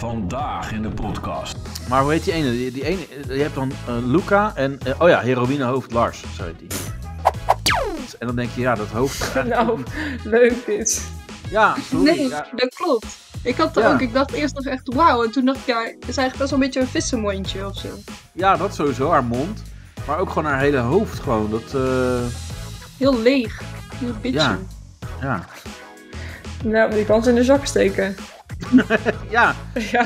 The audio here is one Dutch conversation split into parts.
Vandaag in de podcast. Maar hoe heet die ene? Die ene je hebt dan Luca en... heroïnehoofd Lars. Zo heet die. En dan denk je, ja, dat hoofd... Nou, leuk dit. Ja, sorry. Nee, Ja. dat klopt. Ik had ook, ik dacht eerst nog echt wauw. En toen dacht ik, ja, het is eigenlijk best wel een beetje een vissenmondje of zo. Ja, dat sowieso, haar mond. Maar ook gewoon haar hele hoofd gewoon. Dat, Heel leeg. Heel bitchy. Ja. Ja. Nou, die kan ze in de zak steken. Ja. Ja.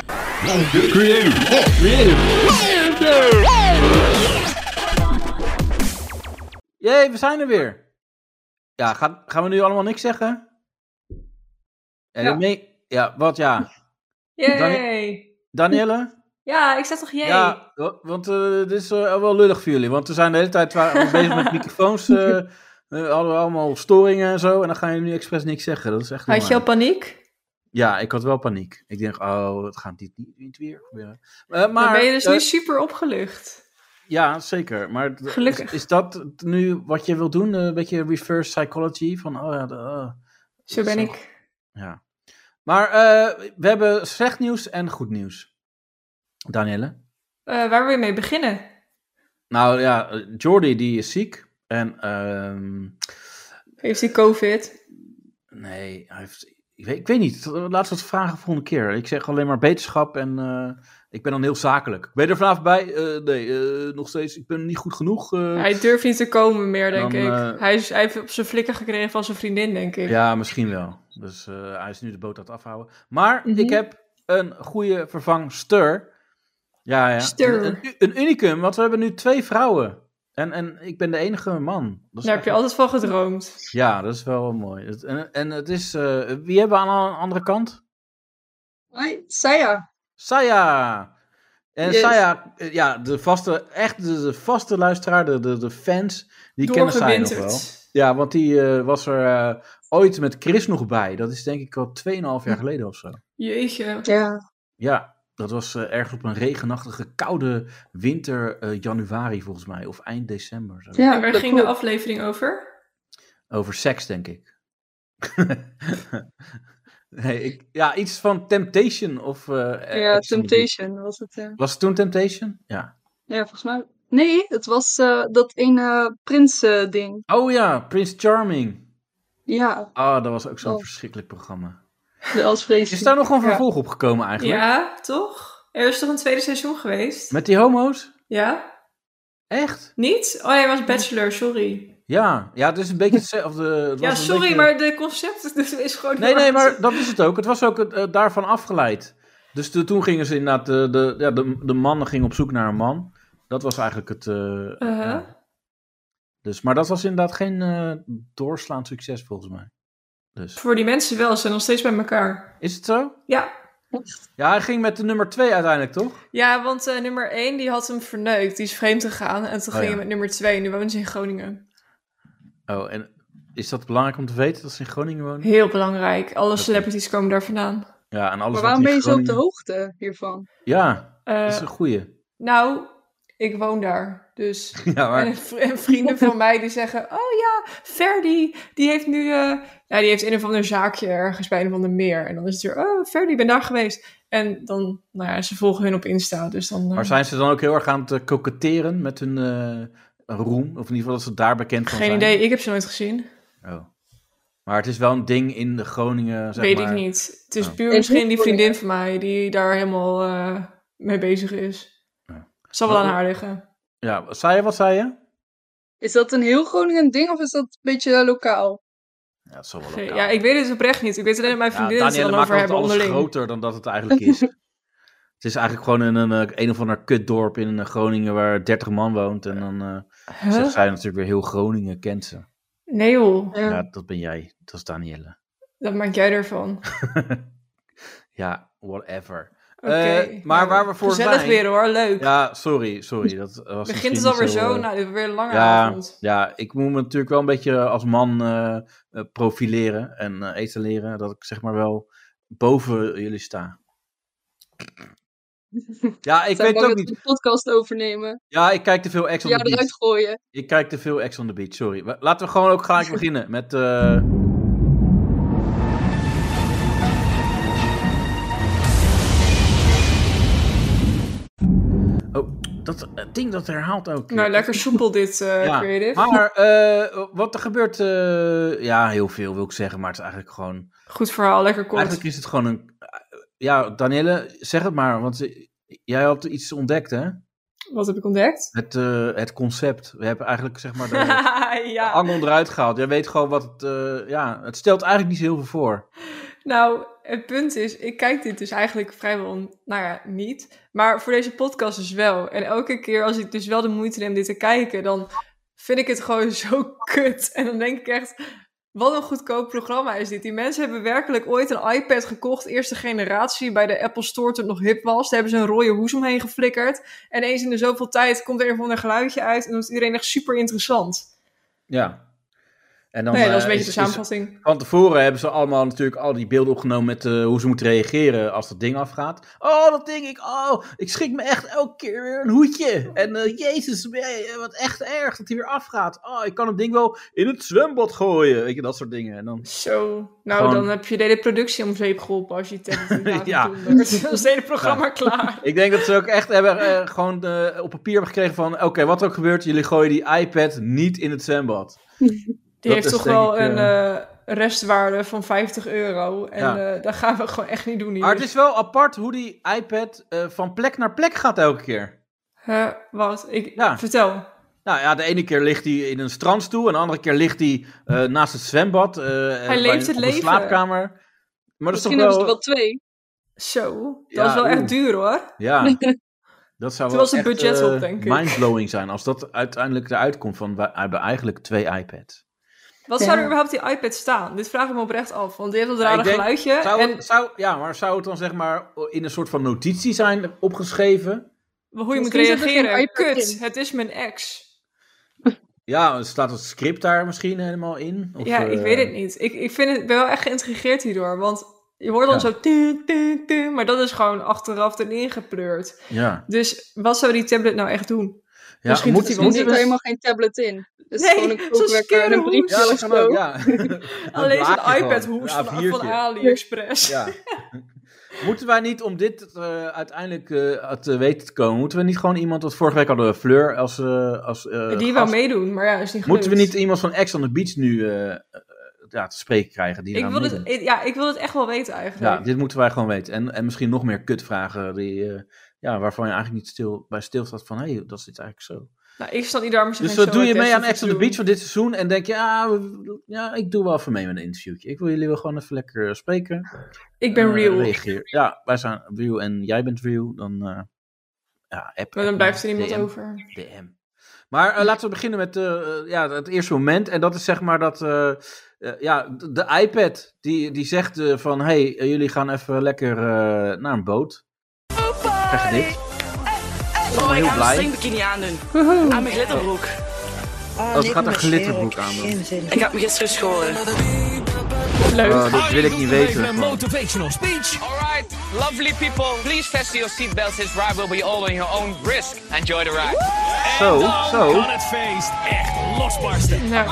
Jee, we zijn er weer. Ja, gaan we nu allemaal niks zeggen? Ja, wat ja? Yay! Danielle? Ja, ik zeg toch jee? Ja, want dit is wel lullig voor jullie. Want we zijn de hele tijd bezig met microfoons. Hadden we allemaal storingen en zo. En dan ga je nu expres niks zeggen. Dat is echt Had je al paniek? Ja, ik had wel paniek. Ik denk, het gaat niet weer gebeuren. Maar dan ben je dus nu super opgelucht. Ja, zeker. Maar Gelukkig. Is dat nu wat je wilt doen? Een beetje reverse psychology? Van, Zo ben ik. Ja. Maar we hebben slecht nieuws en goed nieuws. Danielle? Waar wil je mee beginnen? Nou ja, Jordi die is ziek. En... Heeft hij COVID? Nee, hij heeft... Ik weet niet. Laten we het vragen volgende keer. Ik zeg alleen maar beterschap en ik ben dan heel zakelijk. Ben je er vanavond bij? Nee, nog steeds. Ik ben niet goed genoeg. Hij durft niet te komen meer, denk dan, ik. Hij heeft op zijn flikker gekregen van zijn vriendin, denk ik. Ja, misschien wel. Dus hij is nu de boot aan het afhouden. Maar ik heb een goede vervangster. Ja. Stir. Een unicum, want we hebben nu 2 vrouwen. En ik ben de enige man. Daar heb je altijd van gedroomd. Ja, dat is wel mooi. En het is... wie hebben we aan de andere kant? Hoi, Saya. Saya! En Yes. Saya, ja, de vaste luisteraar, de fans, die kennen Saya nog wel. Ja, want die was er ooit met Chris nog bij. Dat is denk ik al 2,5 jaar geleden of zo. Jeetje. Ja. Ja, dat was ergens op een regenachtige, koude winter, januari volgens mij. Of eind december. Zo. Ja, en waar ging de aflevering over? Over seks, denk ik. Nee, iets van Temptation of... ja, Temptation was het. Was het toen Temptation? Ja. Ja, volgens mij... Nee, het was dat ene prins-ding. Oh ja, Prince Charming. Ja. Ah, dat was ook zo'n verschrikkelijk programma. Dat was vreselijk. Is daar nog een vervolg op gekomen eigenlijk? Ja, toch? Er is toch een tweede seizoen geweest? Met die homo's? Ja. Echt? Niet? Oh, hij was Bachelor, sorry. Ja, het is een beetje hetzelfde. Ja, sorry, maar de concept is gewoon... Nee, maar dat is het ook. Het was ook daarvan afgeleid. Dus toen gingen ze inderdaad... De mannen gingen op zoek naar een man. Dat was eigenlijk het... Dus, maar dat was inderdaad geen doorslaand succes volgens mij. Dus. Voor die mensen wel, ze zijn nog steeds bij elkaar. Is het zo? Ja. Ja, hij ging met de nummer 2 uiteindelijk, toch? Ja, want nummer 1 die had hem verneukt. Die is vreemd gegaan. En toen ging hij met nummer 2. Nu wonen ze in Groningen. Oh, en is dat belangrijk om te weten dat ze in Groningen wonen? Heel belangrijk. Alle celebrities komen daar vandaan. Ja, en alles. Maar waarom ben je zo op de hoogte hiervan? Ja, dat is een goeie. Nou, ik woon daar. Dus. Ja, maar... En vrienden van mij die zeggen... Oh ja, Ferdi, die heeft nu... die heeft een of ander zaakje ergens bij een of ander meer. En dan is het weer... Oh, Ferdi, ik ben daar geweest. En dan... Nou ja, ze volgen hun op Insta. Dus dan, Maar zijn ze dan ook heel erg aan het koketteren met hun roem? Of in ieder geval dat ze daar bekend van zijn? Geen idee, ik heb ze nooit gezien. Oh. Maar het is wel een ding in de Groningen, zeg Weet maar. ik niet. Het is puur misschien die vriendin van mij... die daar helemaal mee bezig is. Zal wel aan haar liggen. Ja, wat zei je? Is dat een heel Groningen ding of is dat een beetje lokaal? Ja, dat zal wel lokaal. Ja, ik weet het oprecht niet. Ik weet alleen dat mijn vriendinnen het er dan over hebben onderling. Het is groter dan dat het eigenlijk is. Het is eigenlijk gewoon een of ander kutdorp in Groningen waar 30 man woont. En dan zegt zij natuurlijk weer heel Groningen kent ze. Nee joh. Ja, dat ben jij. Dat is Danielle. Dat maak jij ervan. Ja, whatever. Okay, maar waar we voor gezellig zijn... weer hoor, leuk. Ja, sorry. Dat was begint het alweer zo? Nou, dit is weer een lange avond. Ja, ik moet me natuurlijk wel een beetje als man profileren en etaleren. Dat ik zeg maar wel boven jullie sta. Ja, ik weet het ook niet. Een podcast overnemen. Ja, ik kijk te veel Ex on the Beach. Eruit gooien. Ik kijk te veel Ex on the Beach, sorry. Laten we gewoon ook gelijk beginnen met... dat ding dat herhaalt ook. Nou, lekker soepel dit, Creative. Maar wat er gebeurt, heel veel wil ik zeggen, maar het is eigenlijk gewoon... Goed verhaal, lekker kort. Eigenlijk is het gewoon een... Ja, Danielle, zeg het maar, want jij had iets ontdekt, hè? Wat heb ik ontdekt? Het concept. We hebben eigenlijk, zeg maar, de angel eruit gehaald. Jij weet gewoon wat het... het stelt eigenlijk niet zo heel veel voor. Nou, het punt is, ik kijk dit dus eigenlijk vrijwel, niet. Maar voor deze podcast dus wel. En elke keer als ik dus wel de moeite neem dit te kijken, dan vind ik het gewoon zo kut. En dan denk ik echt, wat een goedkoop programma is dit. Die mensen hebben werkelijk ooit een iPad gekocht, eerste generatie, bij de Apple Store toen het nog hip was. Daar hebben ze een rode hoes omheen geflikkerd. En eens in de zoveel tijd komt er een of ander geluidje uit en dan is iedereen echt super interessant. Ja. En dan, dat is een beetje de samenvatting. Van tevoren hebben ze allemaal natuurlijk al die beelden opgenomen met hoe ze moeten reageren als dat ding afgaat. Oh, dat ding, ik schrik me echt elke keer weer een hoedje. En jezus, wat echt erg dat hij weer afgaat. Oh, ik kan het ding wel in het zwembad gooien. Weet je, dat soort dingen. En dan, zo, nou dan heb je de hele productie om zeep geholpen als je het doen. Dan is het hele programma klaar. Ik denk dat ze ook echt hebben gewoon op papier hebben gekregen van, oké, wat er ook gebeurt, jullie gooien die iPad niet in het zwembad. Die heeft toch wel een restwaarde van €50. En dat gaan we gewoon echt niet doen hier. Maar het is wel apart hoe die iPad van plek naar plek gaat elke keer. Wat? Vertel. Nou ja, de ene keer ligt hij in een strandstoel en de andere keer ligt hij naast het zwembad. Hij leeft het leven. De slaapkamer. Maar misschien hebben ze er wel 2. Zo, dat is wel echt duur hoor. Ja. Dat zou wel was het budget op, denk ik. Mindblowing zijn als dat uiteindelijk eruit komt van we hebben eigenlijk 2 iPads. Wat zou er überhaupt die iPad staan? Dit vraag ik me oprecht af, want die heeft dat rare geluidje. Maar zou het dan zeg maar in een soort van notitie zijn opgeschreven? Hoe je moet reageren? Kut, het is mijn ex. Ja, staat het script daar misschien helemaal in? Of, ik weet het niet. Ik ben wel echt geïntrigeerd hierdoor, want je hoort dan zo... maar dat is gewoon achteraf erin gepleurd. Ja. Dus wat zou die tablet nou echt doen? Ja, misschien moet hij wel... Er zit helemaal geen tablet in. Dus nee, gewoon een kookwekker en een briefje of zo. Alleen zo'n iPad-hoes van AliExpress. Ja. Moeten wij niet, om dit uiteindelijk te weten te komen, moeten we niet gewoon iemand, wat vorige week hadden we Fleur als die wou meedoen, maar is niet gelukt. Moeten we niet iemand van Ex on the Beach nu te spreken krijgen? Ik wil het echt wel weten eigenlijk. Ja, dit moeten wij gewoon weten. En misschien nog meer kutvragen waarvan je eigenlijk niet bij stilstaat van, hé, dat is dit eigenlijk zo. Nou, ik sta niet daar misschien. Dus wat doe je mee aan Ex on the Beach van dit seizoen en denk je, ik doe wel even mee met een interviewtje. Ik wil jullie wel gewoon even lekker spreken. Ik ben real. Reageer. Ja, wij zijn real en jij bent real. Dan app. Maar dan blijft er niemand over. DM. Maar laten we beginnen met het eerste moment. En dat is zeg maar dat de iPad die zegt van, hey, jullie gaan even lekker naar een boot. Krijg je dit? Ik ga een stringbikini aandoen. Aan mijn glitterbroek. Het gaat een glitterbroek aan doen. Ik heb me gisteren geschoren. Leuk. Dat wil ik niet weten. Motivational speech. Alright, lovely people, please fasten your seatbelts. This ride will be all on your own risk. Enjoy the ride. Zo. Kan het feest echt losbarsten. Nou.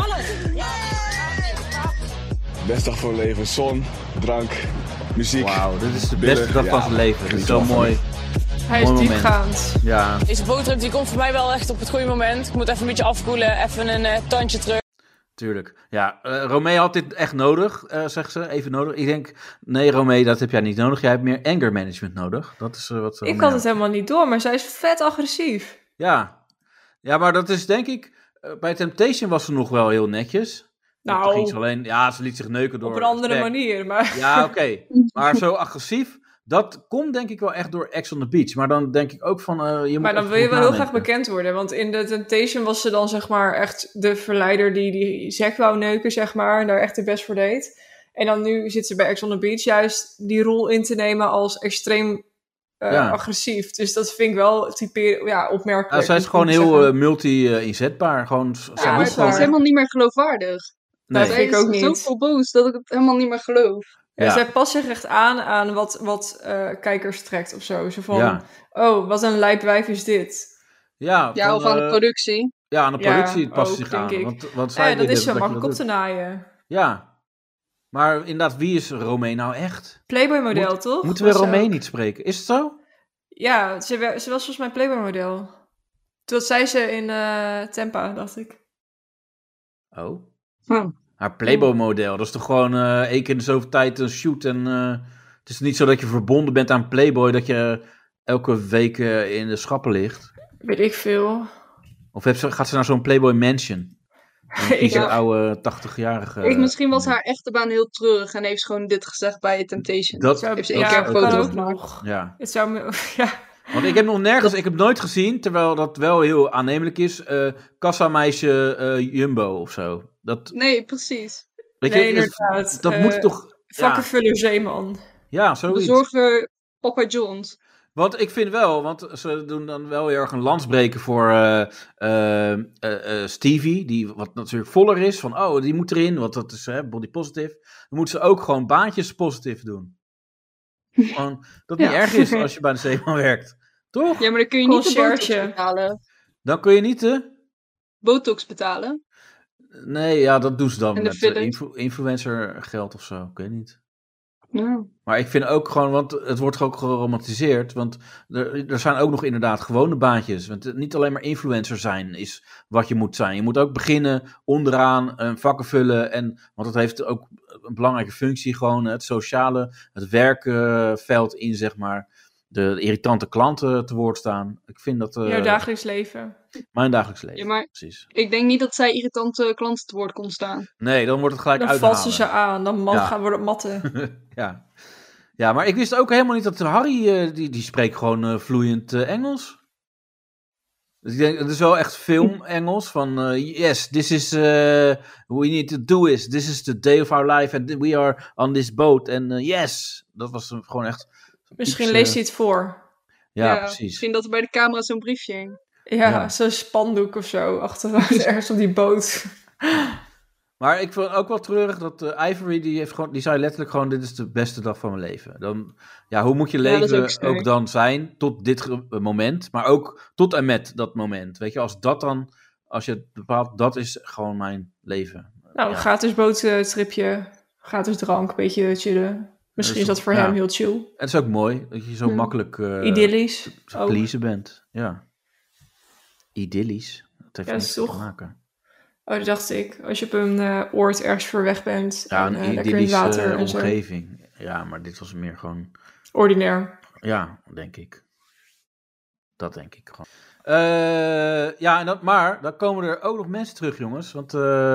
Beste dag voor het leven, zon, drank, muziek. Wauw, dit is de beste dag van zijn leven. Dit is zo mooi. Hij is diepgaand. Ja. Deze boottrip die komt voor mij wel echt op het goede moment. Ik moet even een beetje afkoelen, even een tandje terug. Tuurlijk. Ja, Romee had dit echt nodig, zegt ze. Even nodig. Ik denk, nee Romee, dat heb jij niet nodig. Jij hebt meer anger management nodig. Dat is wat ik had het helemaal niet door, maar zij is vet agressief. Ja, maar dat is denk ik... bij Temptation was ze nog wel heel netjes. Nou, ging ze alleen, ze liet zich neuken door... Op een andere manier, maar... Ja, oké. Maar zo agressief... Dat komt denk ik wel echt door Ex on the Beach. Maar dan denk ik ook van... maar dan wil je wel heel graag bekend worden. Want in de Temptation was ze dan zeg maar echt de verleider die Zack wou neuken, zeg maar. En daar echt de best voor deed. En dan nu zit ze bij Ex on the Beach juist die rol in te nemen als extreem agressief. Dus dat vind ik wel opmerkelijk. Ja, zij is gewoon heel multi-inzetbaar. Maar het is helemaal niet meer geloofwaardig. Nee. Dat vind ik ook niet. Ik zo boos dat ik het helemaal niet meer geloof. Ja. Zij past zich echt aan wat kijkers trekt of zo. Zo van, wat een lijp wijf is dit. Ja, of aan de productie. Ja, aan de productie past zich aan. Want zij dat is zo makkelijk op te naaien. Ja. Maar inderdaad, wie is Romee nou echt? Playboy-model, toch? Moeten we Romee niet spreken? Is het zo? Ja, ze was volgens mij Playboy-model. Dat zei ze in Tampa, dacht ik. Oh. Haar Playboy-model. Dat is toch gewoon 1 keer in de zoveel tijd een shoot. En het is niet zo dat je verbonden bent aan Playboy, dat je elke week in de schappen ligt. Weet ik veel. Of gaat ze naar zo'n Playboy Mansion? Een oude 80-jarige... Misschien was haar echte baan heel treurig en heeft ze gewoon dit gezegd bij Temptation. Dat heeft ze 1 keer een foto gemaakt. Ja. Het zou Want ik heb nog nergens, ik heb nooit gezien, terwijl dat wel heel aannemelijk is, kassameisje Jumbo of zo. Nee, precies. Weet je, inderdaad. Dat moet toch... Vakkenvuller Zeeman. Ja, zoiets. Bezorger Papa John's. Want ik vind wel, want ze doen dan wel heel erg een lansbreken voor Stevie, die wat natuurlijk voller is, van die moet erin, want dat is body positive. Dan moeten ze ook gewoon baantjes positief doen. Gewoon, dat niet erg is als je bij de Zeeman werkt. Toch? Ja, maar dan kun je niet de botox betalen. Dan kun je niet de... Botox betalen? Nee, ja, dat doen ze dan met influencer geld of zo. Ik weet niet. Ja. Maar ik vind ook gewoon, want het wordt ook geromantiseerd, want er zijn ook nog inderdaad gewone baantjes. Want niet alleen maar influencer zijn is wat je moet zijn. Je moet ook beginnen onderaan vakken vullen. Want het heeft ook een belangrijke functie, gewoon het sociale, het werkveld in, zeg maar. De irritante klanten te woord staan. Ik vind dat... Jouw dagelijks leven. Mijn dagelijks leven, ja, maar precies. Ik denk niet dat zij irritante klanten te woord kon staan. Nee, dan wordt het gelijk uithalen. Dan valt ze aan, dan worden het matten. Ja, maar ik wist ook helemaal niet dat Harry, die spreekt gewoon vloeiend Engels. Dus ik denk, het is wel echt film-Engels van, yes, this is, we need to do this. This is the day of our life and we are on this boat. En yes, dat was gewoon echt... Misschien leest hij het voor. Ja, precies. Misschien dat er bij de camera zo'n briefje hing. Ja, zo'n spandoek of zo. Achteruit ergens op die boot. Maar ik vond ook wel treurig dat Ivory, die zei letterlijk gewoon, dit is de beste dag van mijn leven. Dan, hoe moet je leven ook dan zijn tot dit moment, maar ook tot en met dat moment. Weet je, als je het bepaalt, dat is gewoon mijn leven. Nou, gratis boottripje, gratis drank, een beetje chillen. Misschien is dat voor hem heel chill. En het is ook mooi dat je zo makkelijk idyllisch te pleasen bent. Ja. Idyllisch. Dat heeft niks te maken. Oh, dat dacht ik. Als je op een oord ergens ver weg bent. Ja, en, een idyllische omgeving. Ja, maar dit was meer gewoon... Ordinair. Ja, denk ik. Dat denk ik gewoon. Maar dan komen er ook nog mensen terug, jongens. Want...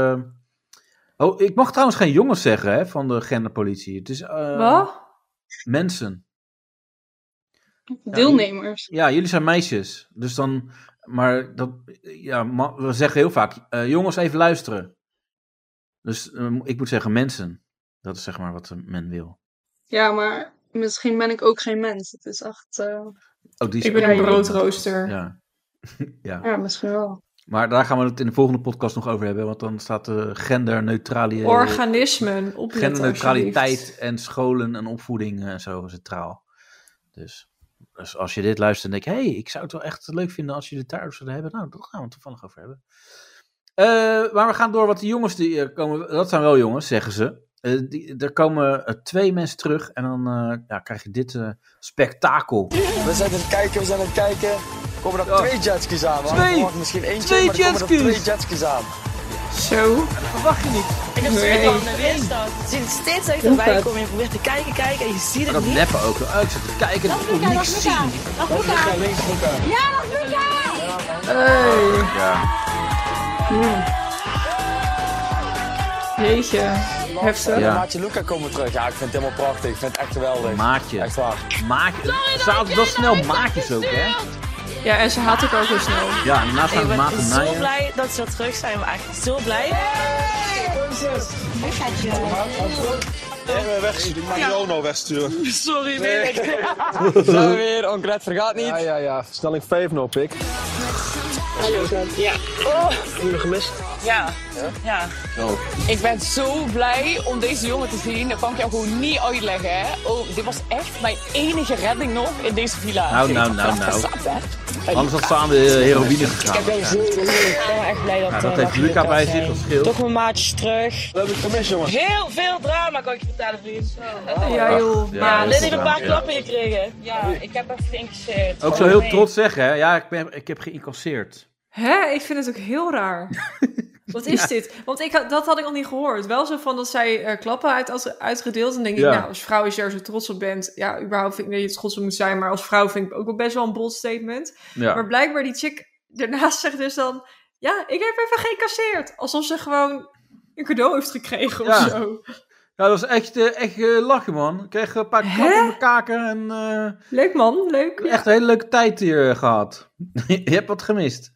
ik mag trouwens geen jongens zeggen, hè, van de genderpolitie. Het is... Wat? Mensen. Deelnemers. Ja, jullie zijn meisjes. Dus dan... Maar dat... Ja, we zeggen heel vaak... jongens, even luisteren. Dus ik moet zeggen mensen. Dat is zeg maar wat men wil. Ja, maar misschien ben ik ook geen mens. Het is echt... ik ben een broodrooster. Ja. Ja, misschien wel. Maar daar gaan we het in de volgende podcast nog over hebben. Want dan staat de genderneutrale... Organismen. Genderneutraliteit en scholen en opvoeding en zo centraal. Dus als je dit luistert en denkt... ik zou het wel echt leuk vinden als jullie het daar zouden hebben. Nou, daar gaan we het toevallig over hebben. Maar we gaan door wat de jongens die komen... Dat zijn wel jongens, zeggen ze. Er komen 2 mensen terug en dan krijg je dit spektakel. We zijn aan het kijken. Komen er 2 jetskis aan. Misschien eentje, 2 maar er komen er 2 jetskis aan. Zo. Dat verwacht je niet. Ik heb steeds al de weerstand. Je ziet het steeds dichterbij komen. Je probeert te kijken en je ziet het dat niet. Dat neppen ook. Ik zit te kijken en ik kon niks zien. Dag Luca, links Luca. Ja, dag Luca! Jeetje. Heftig. Ja. Maatje Luca komen terug. Ja, ik vind het helemaal prachtig. Ik vind het echt geweldig. Maatje. Echt waar. Maatje. Ze hadden dat snel maatjes ook, hè? Ja, en ze haat ook heel snel. Ja, en daarnaast gaan maat en Ik ben zo blij dat ze terug zijn. Maar echt zo blij. Ik mag jou nou wegsturen. Sorry, weet ik. Zijn we weer. Onkret vergaat niet. Ja. Stelling 5 nou, pik. Hallo. Ja. Heb je nog gemist? Ja. Oh. Ik ben zo blij om deze jongen te zien. Dat kan ik jou gewoon niet uitleggen, hè. Oh, dit was echt mijn enige redding nog in deze villa. Nou. Anders had ze aan de heroïne gegaan. Ik ben echt blij dat... dat heeft Luca bij zich, dat scheelt. Toch mijn maatjes terug. We hebben het gemist, jongens. Heel veel drama, kan ik je vertellen, vriend. Ja, joh. Ja, Lynn heeft een paar klappen gekregen. Ja, ik heb even geïncasseerd. Ook zo heel trots zeggen, hè? Ja, ik heb geïncasseerd. Hè? Ik vind het ook heel raar. Wat is dit? Want dat had ik al niet gehoord. Wel zo van dat zij klappen uitgedeeld. En denk ik, nou, als vrouw is je er zo trots op bent. Ja, überhaupt vind ik dat je trots op moet zijn. Maar als vrouw vind ik ook wel best wel een bold statement. Ja. Maar blijkbaar die chick ernaast zegt dus dan... Ja, ik heb even geïncasseerd. Alsof ze gewoon een cadeau heeft gekregen of zo. Ja, dat was echt lachen, man. Ik kreeg een paar klappen op mijn kaken. En, leuk, man. Leuk. Echt een hele leuke tijd hier gehad. Je hebt wat gemist.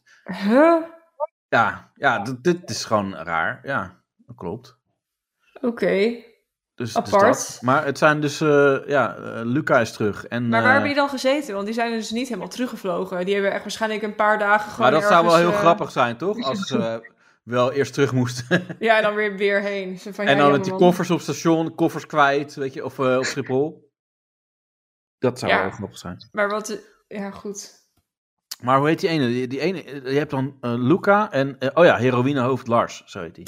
Ja, dit is gewoon raar. Ja, dat klopt. Oké. Dus apart. Dus maar het zijn dus, Luca is terug. En, maar waar heb je dan gezeten? Want die zijn dus niet helemaal teruggevlogen. Die hebben echt waarschijnlijk een paar dagen gewoon maar dat zou wel heel grappig zijn, toch? Als ze wel eerst terug moesten. Ja, en dan weer heen. Van, en dan met die koffers op station, koffers kwijt, weet je, of op Schiphol. Dat zou wel grappig zijn. Maar wat... Ja, goed. Maar hoe heet die ene? Die ene, je hebt dan Luca en... heroïnehoofd Lars, zo heet die.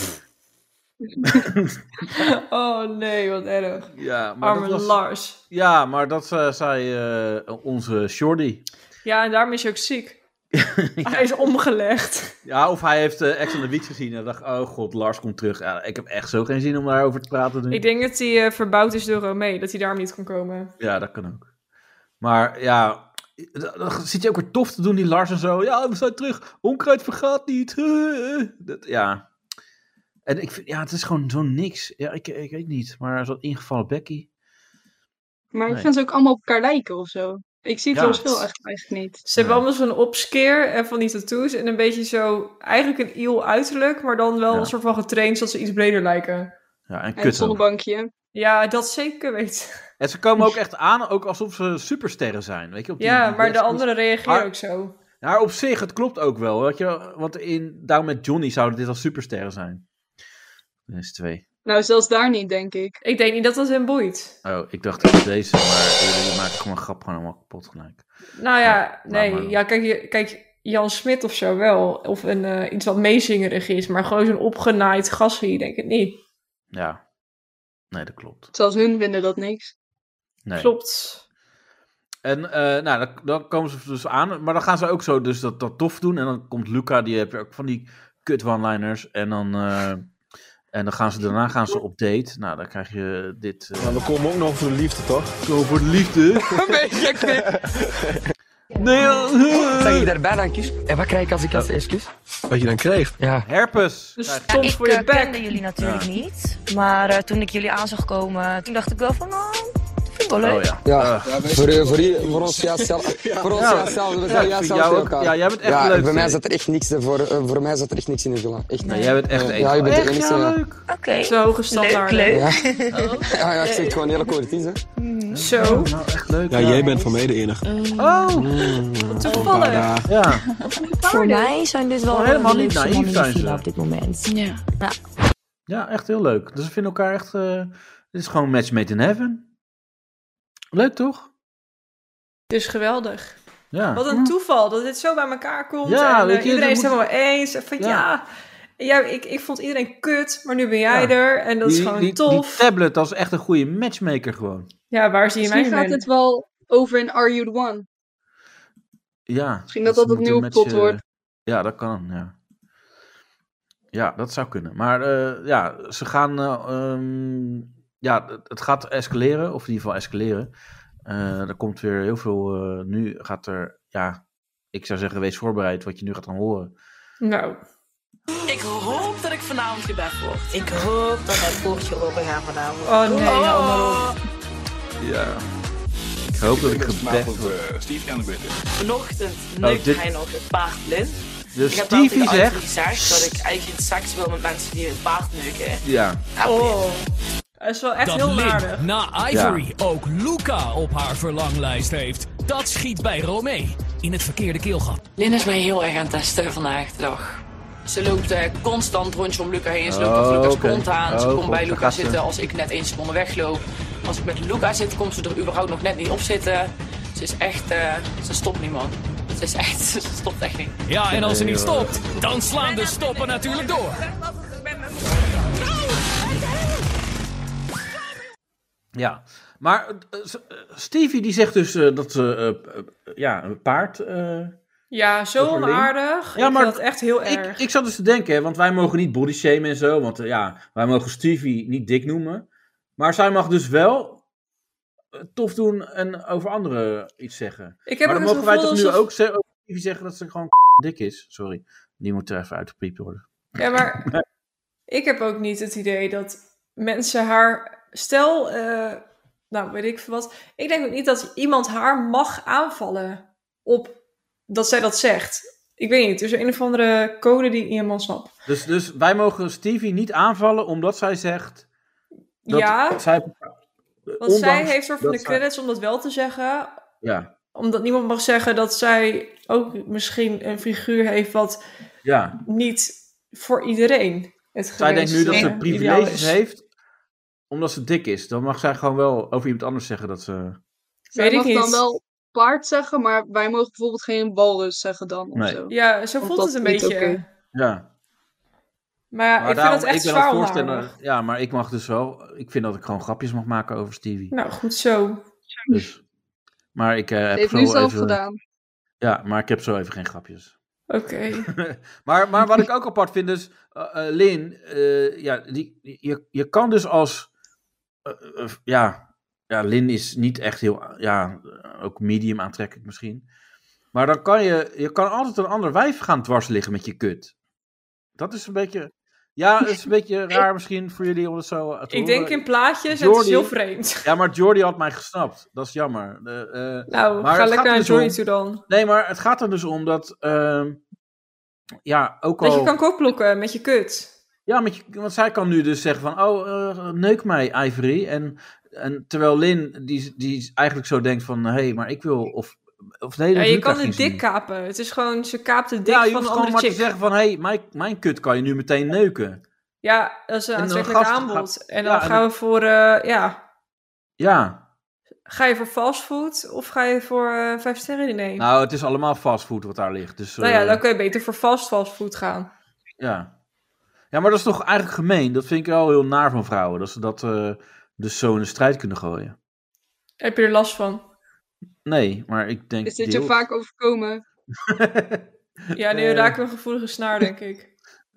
Oh nee, wat erg. Ja, maar arme Lars. Ja, maar dat zei onze Shorty. Ja, en daarom is hij ook ziek. Hij is omgelegd. Ja, of hij heeft Ex on the Beach gezien en dacht, oh god, Lars komt terug. Ja, ik heb echt zo geen zin om daarover te praten nu. Ik denk dat hij verbouwd is door Romee, dat hij daarom niet kon komen. Ja, dat kan ook. Maar ja... Dan zit je ook weer tof te doen, die Lars en zo. Ja, we zijn terug. Onkruid vergaat niet. Ja. En ik vind, het is gewoon zo niks. Ja, ik weet niet. Maar zo'n ingevallen Becky. Maar ik vind ze ook allemaal op elkaar lijken of zo. Ik zie het verschil eigenlijk niet. Ze hebben allemaal zo'n opskeer en van die tattoos. En een beetje zo, eigenlijk een iel uiterlijk. Maar dan wel een soort van getraind, zodat ze iets breder lijken. Ja, en het zonnebankje. Ja, dat zeker weet. En ze komen ook echt aan, ook alsof ze supersterren zijn. Weet je, op die maar de anderen reageren ook zo. Ja, op zich, het klopt ook wel. Weet je, want daarom met Johnny zouden dit al supersterren zijn. Dat is 2. Nou, zelfs daar niet, denk ik. Ik denk niet dat dat hem boeit. Oh, ik dacht dat deze, maar jullie maken gewoon een grap gewoon allemaal kapot gelijk. Nou ja, nee. Ja, kijk, Jan Smit of zo wel. Of iets wat meezingerig is. Maar gewoon zo'n opgenaaid gassie, denk ik niet. Ja. Nee, dat klopt. Zelfs hun vinden dat niks. Nee. Klopt. En dan komen ze dus aan. Maar dan gaan ze ook zo dus dat tof doen. En dan komt Luca, die heeft ook van die kut one-liners. En dan daarna gaan ze op date. Nou, dan krijg je dit. Maar we komen ook nog voor de liefde, toch? We komen voor de liefde. Nee. Zeg ik daarbij dan kus? En wat krijg ik als ik als eerst kus? Wat je dan krijgt? Ja. Herpes. Dus soms voor je bek. Ik kende jullie natuurlijk niet. Maar toen ik jullie aan zag komen, toen dacht ik wel van, vind ik wel leuk. Voor ons zelf. We zijn juist zelf. Ja, jij bent echt leuk. Voor mij zat er echt niks voor mij zat er echt niks in de villa. Echt. Nee, jij bent echt ja, je bent de enige. Leuk. Oké. Zo hoge standaard. Leuk. Ja, ik zeg het gewoon heel collectief, hè. Zo. Nou, echt leuk. Ja, jij bent voor mij de enige. Toevallig. Ja. Voor mij zijn dit wel helemaal niet naïef zijn ze op dit moment. Ja, echt heel leuk. Dus we vinden elkaar echt... dit is gewoon een match made in heaven. Leuk, toch? Het is geweldig. Ja. Wat een toeval dat dit zo bij elkaar komt. Ja, en iedereen is het helemaal eens. Van, ik vond iedereen kut, maar nu ben jij er. En dat is gewoon tof. Die tablet, dat is echt een goede matchmaker gewoon. Ja, waar zie je mij? Misschien gaat het wel over in Are You The One? Ja. Misschien dat het nieuwe plot wordt. Ja, dat kan, ja. Ja, dat zou kunnen. Maar ze gaan... het gaat escaleren, of in ieder geval escaleren. Er komt weer heel veel... nu gaat er... Ja, ik zou zeggen, wees voorbereid wat je nu gaat gaan horen. Nou... Ik hoop dat ik vanavond gebed word. Ik hoop dat het poortje open gaat vanavond. Oh nee, Ja. Ik hoop dat ik gebed word. Vanochtend neukt hij nog het paard blind. Dus ik heb Stevie gezegd zegt... dat ik eigenlijk geen seks wil met mensen die een paard neuken. Ja. Dat is wel echt heel aardig. Na Ivory ook Luca op haar verlanglijst heeft. Dat schiet bij Romee in het verkeerde keelgat. Lynn is mij heel erg aan het testen vandaag de dag. Ze loopt constant rondje om Luca heen. Ze loopt achter Luca's kont aan. Ze komt bij Luca zitten als ik net 1 seconde wegloop. Als ik met Luca zit, komt ze er überhaupt nog net niet op zitten. Ze is echt... ze stopt niet, man. Het is echt, het stopt echt niet. Ja, en als ze niet stopt, dan slaan de stoppen natuurlijk door. Ja, maar Stevie die zegt dus dat ze een paard... ja, zo onaardig. Ja, maar ik vind dat echt heel erg. Ik zat dus te denken, want wij mogen niet body shamen en zo. Want wij mogen Stevie niet dik noemen. Maar zij mag dus wel tof doen en over anderen iets zeggen. Maar dan mogen wij toch nu ook over Stevie zeggen dat ze gewoon dik is. Sorry, die moet er even uitgepiept worden. Ja, maar ik heb ook niet het idee dat mensen haar... Stel, weet ik veel wat. Ik denk ook niet dat iemand haar mag aanvallen op dat zij dat zegt. Ik weet niet, er is een of andere code die ik niet helemaal snap. Dus wij mogen Stevie niet aanvallen omdat zij zegt... Want zij heeft soort van de credits om dat wel te zeggen. Ja. Omdat niemand mag zeggen dat zij ook misschien een figuur heeft wat niet voor iedereen het geweest. Zij denkt nu dat ze privileges heeft omdat ze dik is. Dan mag zij gewoon wel over iemand anders zeggen dat ze... Zij mag dan wel paard zeggen, maar wij mogen bijvoorbeeld geen walrus zeggen dan. Of zo. Ja, zo voelt het een beetje. Okay. Ja. Maar ik vind het echt zwaar onhandig. Ja, maar ik mag dus wel... Ik vind dat ik gewoon grapjes mag maken over Stevie. Nou, goed zo. Dus. Maar ik heb heeft zo nu zelf even... gedaan. Ja, maar ik heb zo even geen grapjes. Oké. maar wat ik ook apart vind is... Lin, je kan dus als... Lin is niet echt heel... ook medium aantrekkelijk misschien. Maar dan kan je kan altijd een ander wijf gaan dwars liggen met je kut. Dat is een beetje... Ja, het is een beetje raar misschien voor jullie om het zo te horen. Ik denk in plaatjes, het is heel vreemd. Ja, maar Jordi had mij gesnapt. Dat is jammer. Maar ga lekker naar Jordi toe dan. Nee, maar het gaat er dus om dat... ook dat je kan kokblokken met je kut. Ja, want zij kan nu dus zeggen van... neuk mij, Ivory. En terwijl Lin, die eigenlijk zo denkt van... Hé, maar ik wil... Of nee, je kan het dik kapen. Het is gewoon, ze kaapt het dik van een andere chick. Ja, je hoeft gewoon maar te zeggen van... Hé, mijn kut kan je nu meteen neuken. Ja, dat is een aantrekkelijk aanbod. En dan gaan we voor... Ja. Ga je voor fastfood of ga je voor 5-sterren diner? Nou, het is allemaal fastfood wat daar ligt. Dus, dan kun je beter voor fastfood gaan. Ja. Ja, maar dat is toch eigenlijk gemeen? Dat vind ik wel heel naar van vrouwen. Dat ze dat dus zo in de strijd kunnen gooien. Heb je er last van? Nee, maar ik denk... Is dit je vaak overkomen? Ja, nu raken we een gevoelige snaar, denk ik.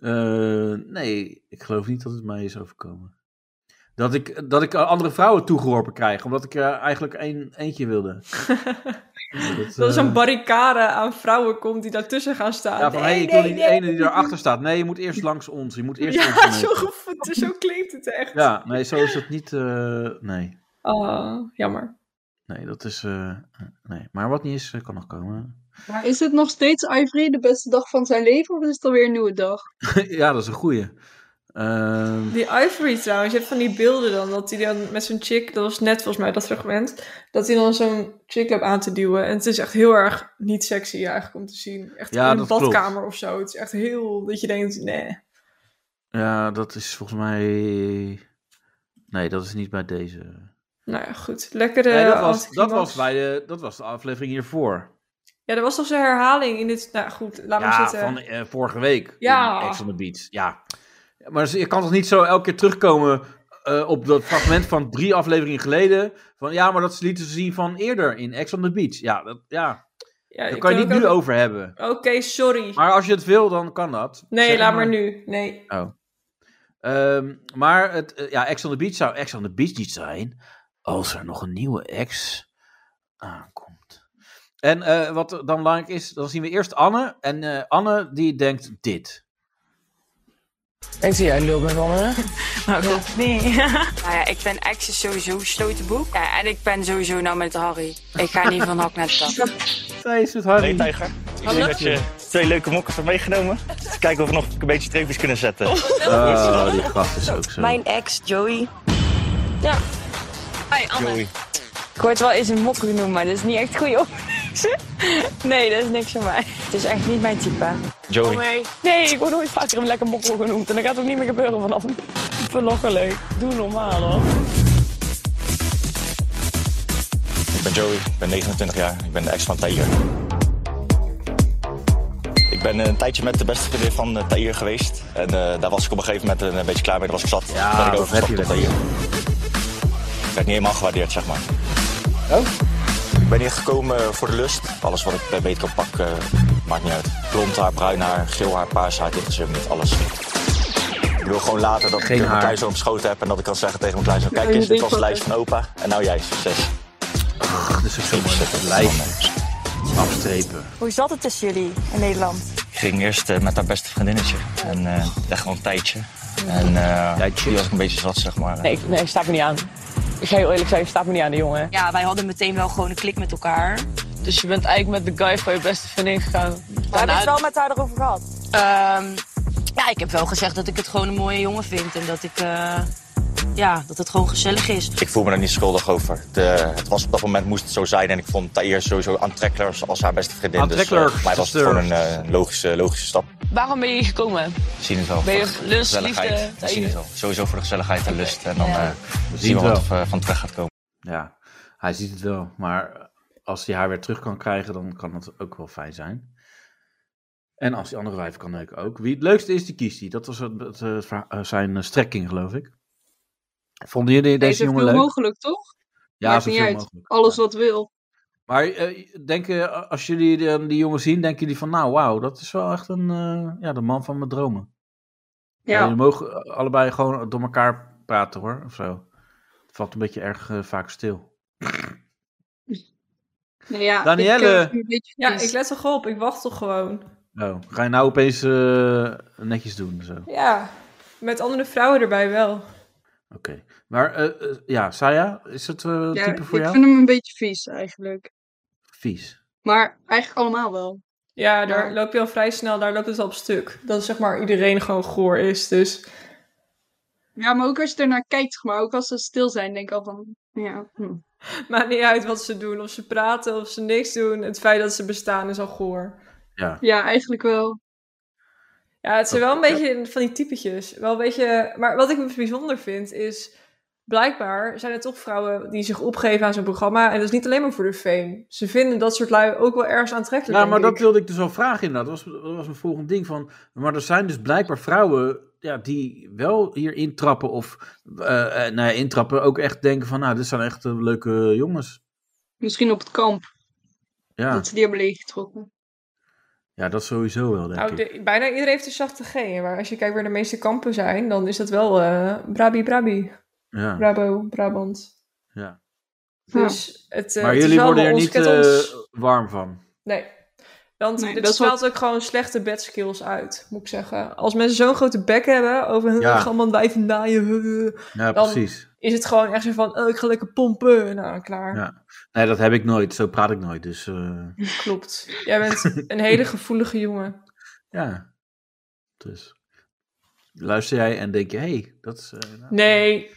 Nee, ik geloof niet dat het mij is overkomen. Dat ik andere vrouwen toegeworpen krijg, omdat ik eigenlijk eentje wilde. Dat er zo'n barricade aan vrouwen komt die daartussen gaan staan. Ja, van ik wil die ene die daarachter staat. Nee, je moet eerst langs ons. Je moet eerst zo klinkt het echt. Ja, nee, zo is het niet. Nee. Jammer. Nee, dat is... nee, maar wat niet is, kan nog komen. Maar is het nog steeds Ivory de beste dag van zijn leven, of is het alweer een nieuwe dag? Ja, dat is een goeie. Die Ivory trouwens, je hebt van die beelden dan, dat hij dan met zo'n chick, dat was net volgens mij dat fragment, dat hij dan zo'n chick loopt aan te duwen. En het is echt heel erg niet sexy eigenlijk om te zien. Echt in een badkamer klopt. Of zo. Het is echt heel, dat je denkt, nee. Ja, dat is volgens mij... Nee, dat is niet bij deze... Nou ja, goed. Lekkere... Nee, dat was de aflevering hiervoor. Ja, dat was toch zijn herhaling in dit... Nou goed, laat maar zitten. Ja, van vorige week. Ja. In Ex on the Beach. Ja. Maar je kan toch niet zo elke keer terugkomen op dat fragment van 3 afleveringen geleden. Van ja, maar dat lieten ze zien van eerder in Ex on the Beach. Ja, daar kan je niet nu over hebben. Oké, sorry. Maar als je het wil, dan kan dat. Nee, laat maar nu. Nee. Oh. Maar Ex on the Beach zou Ex on the Beach niet zijn als er nog een nieuwe ex aankomt. En wat dan belangrijk is, dan zien we eerst Anne. En Anne die denkt dit. Denkt jij lul met Anne? Nou, klopt niet. Nou ja, ik vind exes sowieso gesloten boek. Ja, en ik ben sowieso nou met Harry. Ik ga niet van hak naar de tak. Zij is met Harry. Hey Tijger, ik denk dat je 2 leuke mokkers hebt meegenomen. Dus kijken of we nog een beetje streepjes kunnen zetten. Oh, die gast is ook zo. Mijn ex, Joey. Ja. Hi, Anne. Joey. Ik word wel eens een mokker genoemd, maar dat is niet echt goed op. Nee, dat is niks voor mij. Het is echt niet mijn type. Joey. Oh, nee, ik word nooit vaker een lekker mokkel genoemd. En dat gaat ook niet meer gebeuren vanaf. Verlokkelijk. Doe normaal hoor. Ik ben Joey, ik ben 29 jaar. Ik ben de ex van Tijger. Ik ben een tijdje met de beste vriendin van Tahir geweest. En daar was ik op een gegeven moment een beetje klaar mee. Daar was ik zat. Ja, ben ik dat heb je tot Tahir. Ik werd niet helemaal gewaardeerd, zeg maar. Oh? Ik ben hier gekomen voor de lust. Alles wat ik beter kan pakken, maakt niet uit. Blond haar, bruin haar, geel haar, paars haar, dit is niet alles. Ik wil gewoon later dat ik mijn kleinzoon beschoten heb en dat ik kan zeggen tegen mijn kleinzoon: kijk eens, dit was het lijstje van opa en nou jij, succes. Dat is ook zo mooi met het lijstje. Afstrepen. Hoe zat het tussen jullie in Nederland? Ik ging eerst met haar beste vriendinnetje en echt gewoon een tijdje. En die was ik een beetje zat, zeg maar. Nee, staat me niet aan. Ik ga heel eerlijk zeggen, staat me niet aan, die jongen. Ja, wij hadden meteen wel gewoon een klik met elkaar. Dus je bent eigenlijk met de guy van je beste vriendin gegaan. Maar heb je het wel met haar erover gehad? Ja, ik heb wel gezegd dat ik het gewoon een mooie jongen vind. En dat dat het gewoon gezellig is. Ik voel me er niet schuldig over. Het was op dat moment moest het zo zijn. En ik vond Tahir sowieso aantrekkelijker als haar beste vriendin. Dus voor mij was het gewoon een logische stap. Waarom ben je hier gekomen? We zien het wel. Ben je lust, liefde? We zien het wel. Sowieso voor de gezelligheid en lust. En dan zien we wat er van terug gaat komen. Ja, hij ziet het wel. Maar als hij haar weer terug kan krijgen, dan kan dat ook wel fijn zijn. En als die andere wijf kan neuken ook. Wie het leukste is, die kiest hij. Dat was zijn strekking, geloof ik. Vonden jullie deze jongen leuk? Mogelijk, toch? Ja, zoveel mogelijk. Alles wat wil. Maar als jullie die jongen zien, denken jullie van, nou, wauw, dat is wel echt de man van mijn dromen. Ja. Jullie mogen allebei gewoon door elkaar praten, hoor, of zo. Het valt een beetje erg vaak stil. Nee, ja, Danielle! Ik let toch op, ik wacht toch gewoon. Oh, ga je nou opeens netjes doen? Zo? Ja, met andere vrouwen erbij wel. Oké. Maar Saya, is het type voor jou? Ik vind hem een beetje vies eigenlijk. Vies? Maar eigenlijk allemaal wel. Ja, daar loop je al vrij snel, daar loopt het al op stuk. Dat zeg maar iedereen gewoon goor is, dus... Ja, maar ook als je ernaar kijkt, maar ook als ze stil zijn, denk ik al van... Maakt niet uit wat ze doen, of ze praten, of ze niks doen. Het feit dat ze bestaan is al goor. Ja, eigenlijk wel. Ja, het zijn wel een beetje van die typetjes. Wel een beetje... Maar wat ik bijzonder vind is... Blijkbaar zijn er toch vrouwen die zich opgeven aan zo'n programma. En dat is niet alleen maar voor de fame. Ze vinden dat soort lui ook wel ergens aantrekkelijk. Ja, maar dat wilde ik dus al vragen inderdaad. Dat was mijn volgende ding van... Maar er zijn dus blijkbaar vrouwen die wel hier intrappen. Of intrappen ook echt denken van... Nou, dit zijn echt leuke jongens. Misschien op het kamp. Ja. Dat ze die hebben leeggetrokken. Ja, dat sowieso wel, denk ik. Bijna iedereen heeft een zachte G. Maar als je kijkt waar de meeste kampen zijn... Dan is dat wel Brabi. Ja. Brabant. Ja. Dus maar jullie worden er niet warm van? Nee. Want dit straalt ook gewoon slechte bedskills uit, moet ik zeggen. Als mensen zo'n grote bek hebben over gaan man wijven naaien, dan precies. Is het gewoon echt zo van, ik ga lekker pompen. Nou, klaar. Ja. Nee, dat heb ik nooit. Zo praat ik nooit. Dus, Klopt. Jij bent een hele gevoelige jongen. Ja. Dus luister jij en denk je, dat is... Nee.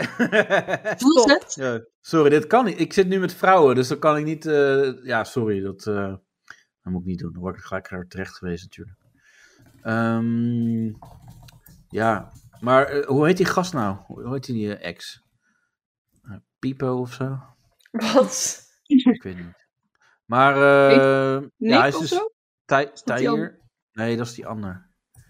Ja, sorry, dit kan niet. Ik zit nu met vrouwen, dus dan kan ik niet... sorry, dat moet ik niet doen. Dan word ik gelijk er terecht geweest natuurlijk. Maar hoe heet die gast nou? Hoe heet die ex? Pipo of zo? Wat? Ik weet niet. Maar hij is dus... Tahir? Nee, dat is die ander.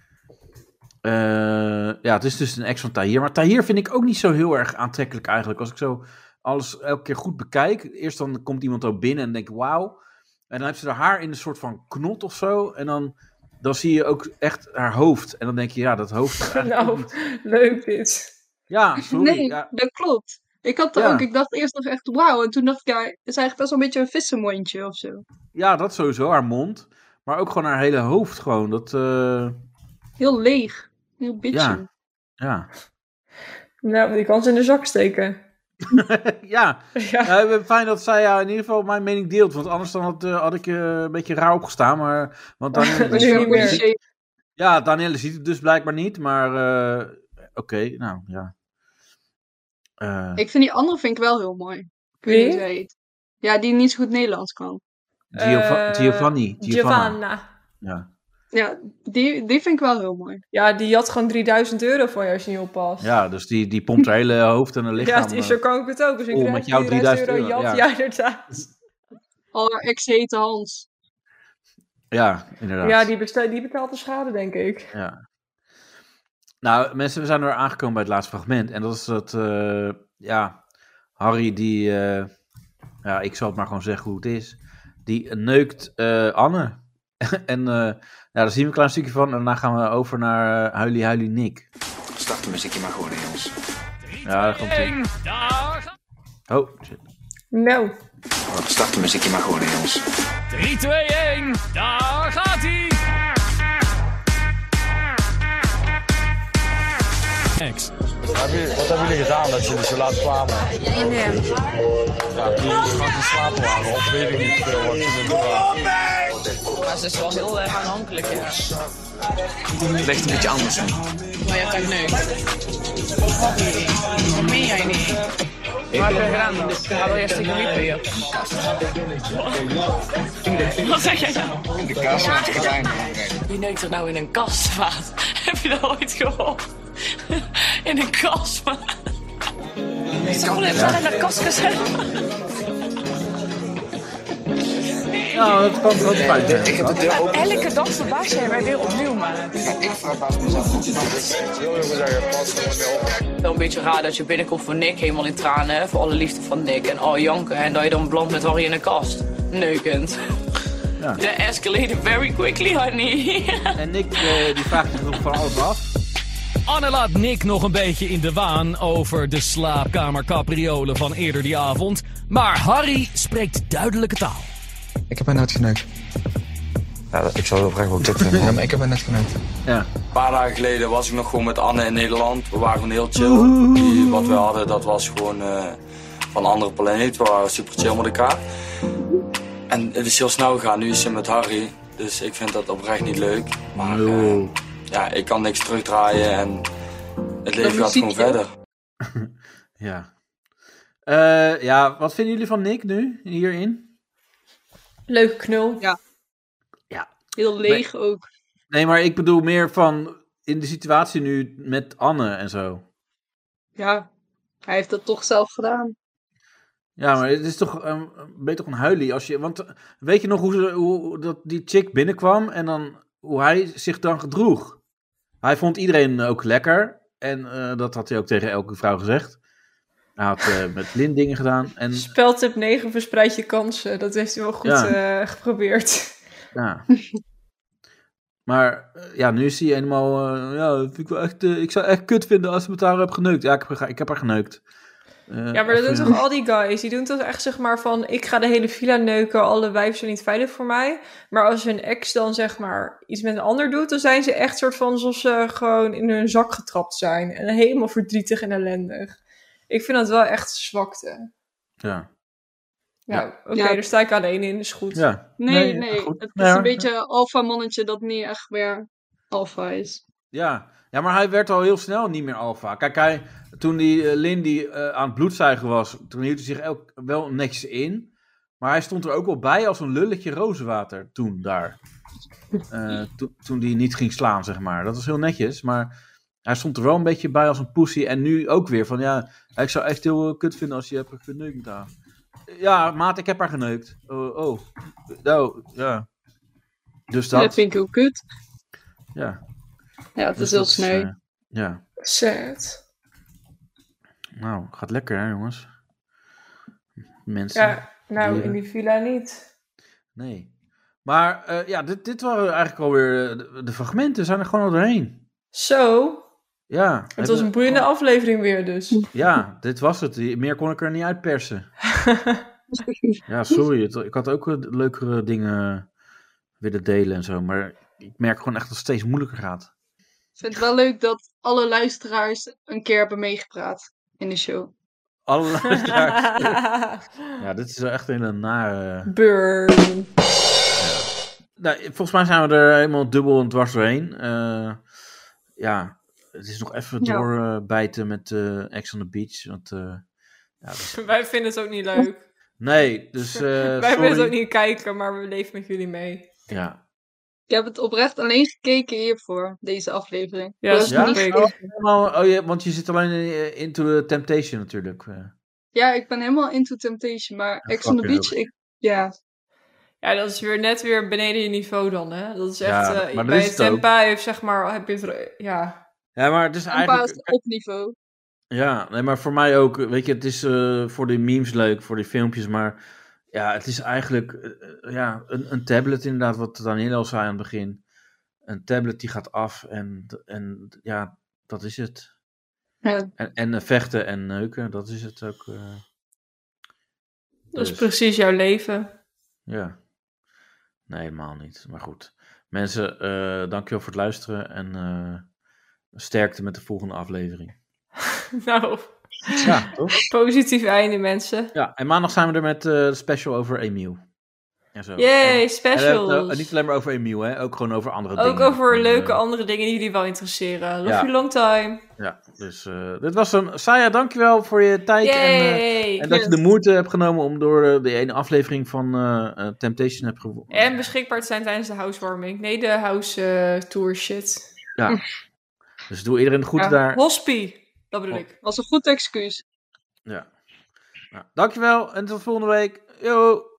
Het is dus een ex van Tahir. Maar Tahir vind ik ook niet zo heel erg aantrekkelijk eigenlijk. Als ik zo alles elke keer goed bekijk. Eerst dan komt iemand ook binnen en denk ik, wauw. En dan heeft ze haar haar in een soort van knot of zo. En dan zie je ook echt haar hoofd. En dan denk je, ja, dat hoofd... Nou, leuk dit. Ja, sorry. Nee, dat klopt. Ik had ook. Ik dacht eerst nog echt, wauw. En toen dacht ik, het is eigenlijk best wel een beetje een vissenmondje of zo. Ja, dat sowieso. Haar mond. Maar ook gewoon haar hele hoofd gewoon. Dat... Heel leeg. Heel bitchy. Ja. Nou, die kan ze in de zak steken. Ja. Fijn dat zij in ieder geval mijn mening deelt. Want anders dan had ik een beetje raar opgestaan. Maar, want Danielle ziet het dus blijkbaar niet. Maar oké, nou ja. Ik vind die andere wel heel mooi. Ik weet niet hoe zij heet. Ja, die niet zo goed Nederlands kan. Giovanna. Ja. Ja, die vind ik wel heel mooi. Ja, die had gewoon €3000 voor je als je niet oppast. Ja, dus die pompt haar hele hoofd en haar lichaam. Ja, zo kan ik het ook. Dus ik met jou €3000. Ja, inderdaad. Haar ex heette Hans. Ja, inderdaad. Ja, die betaalt de schade, denk ik. Ja. Nou, mensen, we zijn er aangekomen bij het laatste fragment. En dat is dat, Harry die, ik zal het maar gewoon zeggen hoe het is. Die neukt Anne. En daar zien we een klein stukje van. En daarna gaan we over naar Huilie Huilie Nick. Start de muziekje maar gewoon, jongens. Ja, daar komt hij. Oh, shit. No. Start de muziekje maar gewoon, jongens. 3, 2, 1, daar gaat hij! Wat hebben jullie gedaan dat jullie zo laat kwamen? Ja. Ja, die gaat in slaap waren, of weet ik niet wat jullie doen. Maar ze is wel heel aanhankelijk, ja. Het ligt een beetje anders, hè? Maar je hebt haar neukt. Wat meen jij niet? Wat heb je gedaan dan? Ga wel eerst stiekem wiepen hier. Wat zeg jij nou? In de kast was het klein. Wie neukt er nou in een kast, maat? Heb je dat ooit gehoord? In een kast, maat. School heeft al in de kast gezet. Ja, dat kan wel fijn zijn. Ik heb de deur open. Elke dag verbaas jij mij weer opnieuw, man. Ik verbaas mezelf ook. Wel een beetje raar dat je binnenkomt voor Nick, helemaal in tranen, voor alle liefde van Nick. En janken, en dat je dan belandt met Harry in een kast. Neukend. Ja. That escalated very quickly, honey. En Nick die vraagt zich nog van alles af. Anne laat Nick nog een beetje in de waan over de slaapkamercapriolen van eerder die avond. Maar Harry spreekt duidelijke taal. Ik heb haar net geneukt. Ja, ik zou het oprecht wel dik vinden. Ja, maar ik heb haar net geneukt. Ja. Een paar dagen geleden was ik nog gewoon met Anne in Nederland. We waren gewoon heel chill. Wat we hadden, dat was gewoon van een andere planeet. We waren super chill met elkaar. En het is heel snel gegaan. Nu is ze met Harry. Dus ik vind dat oprecht niet leuk. Maar ik kan niks terugdraaien en het leven gaat gewoon verder. Ja. Wat vinden jullie van Nick nu, hierin? Leuke knul. Ja. Ja. Heel leeg ook. Nee, maar ik bedoel meer van in de situatie nu met Anne en zo. Ja, hij heeft dat toch zelf gedaan. Ja, maar het is toch ben je toch een huilie als je... Want weet je nog hoe dat die chick binnenkwam en dan hoe hij zich dan gedroeg? Hij vond iedereen ook lekker en dat had hij ook tegen elke vrouw gezegd. Hij had met Lin dingen gedaan. En... Speltip 9, verspreid je kansen. Dat heeft hij wel goed geprobeerd. Ja. Maar nu is hij helemaal... vind ik wel echt, ik zou echt kut vinden als ik met haar heb geneukt. Ja, ik heb haar geneukt. Ja, maar dat doen toch al die guys? Die doen toch echt zeg maar van... Ik ga de hele villa neuken, alle wijven zijn niet veilig voor mij. Maar als hun ex dan zeg maar iets met een ander doet... dan zijn ze echt soort van alsof ze gewoon in hun zak getrapt zijn. En helemaal verdrietig en ellendig. Ik vind dat wel echt zwakte. Ja. Ja, oké, daar sta ik alleen in, is goed. Ja. Nee. Goed. Het is een beetje alfa-mannetje dat niet echt meer alfa is. Ja, maar hij werd al heel snel niet meer alfa. Kijk, toen die Lindy aan het bloedzuigen was, toen hield hij zich wel netjes in. Maar hij stond er ook wel bij als een lulletje rozenwater toen daar. Toen die niet ging slaan, zeg maar. Dat was heel netjes, maar hij stond er wel een beetje bij als een poesie. En nu ook weer van, ik zou echt heel kut vinden als je hebt geneukt met haar. Ja, maat, ik heb haar geneukt. Ja. Dus dat vind ik heel kut. Ja. Ja, het is heel sneu. Ja. Sad. Nou, gaat lekker hè, jongens. Mensen. Ja, nou, in die villa niet. Nee. Maar dit waren eigenlijk alweer de fragmenten. We zijn er gewoon al doorheen. Zo. Ja. Het was een boeiende aflevering weer dus. Ja, dit was het. Meer kon ik er niet uitpersen. Ja, sorry. Ik had ook leukere dingen willen delen en zo. Maar ik merk gewoon echt dat het steeds moeilijker gaat. Ik vind het wel leuk dat alle luisteraars een keer hebben meegepraat in de show. Alle luisteraars? Ja, dit is wel echt een nare... Burn. Nou, volgens mij zijn we er helemaal dubbel en dwars doorheen. Het is nog even doorbijten met Ex on the Beach. Want, wij vinden het ook niet leuk. Nee, dus wij willen het ook niet kijken, maar we leven met jullie mee. Ja. Ik heb het oprecht alleen gekeken hiervoor, deze aflevering. Ja, snap ik. Want je zit alleen into Temptation natuurlijk. Ja, ik ben helemaal into Temptation, maar Ex on the Beach, Ja, Ja, dat is net weer beneden je niveau dan, hè? Dat is echt... bij het Tempa heeft, zeg maar, heb je het... Ja, maar het is eigenlijk... Tempa is op niveau. Ja, nee, maar voor mij ook, weet je, het is voor die memes leuk, voor die filmpjes, maar ja, het is eigenlijk een tablet inderdaad, wat Daniel al zei aan het begin. Een tablet die gaat af en ja, dat is het. Ja. En vechten en neuken, dat is het ook. Dat is precies jouw leven. Ja, nee, helemaal niet, maar goed. Mensen, dankjewel voor het luisteren en sterkte met de volgende aflevering. Nou, ja, toch? Positief einde, mensen. Ja, en maandag zijn we er met de special over Emiel. En zo. Yay, specials. En niet alleen maar over Emiel, hè? Ook gewoon over andere dingen. Ook over leuke andere dingen die jullie wel interesseren. Love you long time. Ja, dus dit was hem. Saya, dankjewel voor je tijd. En dat je de moeite hebt genomen om door de ene aflevering van Temptation hebt gewonnen. En beschikbaar te zijn tijdens de housewarming. Nee, de house tour shit. Ja. Dus doe iedereen het goed daar. Hospie. Dat bedoel ik. Was een goed excuus. Ja. Nou, dankjewel en tot volgende week. Yo!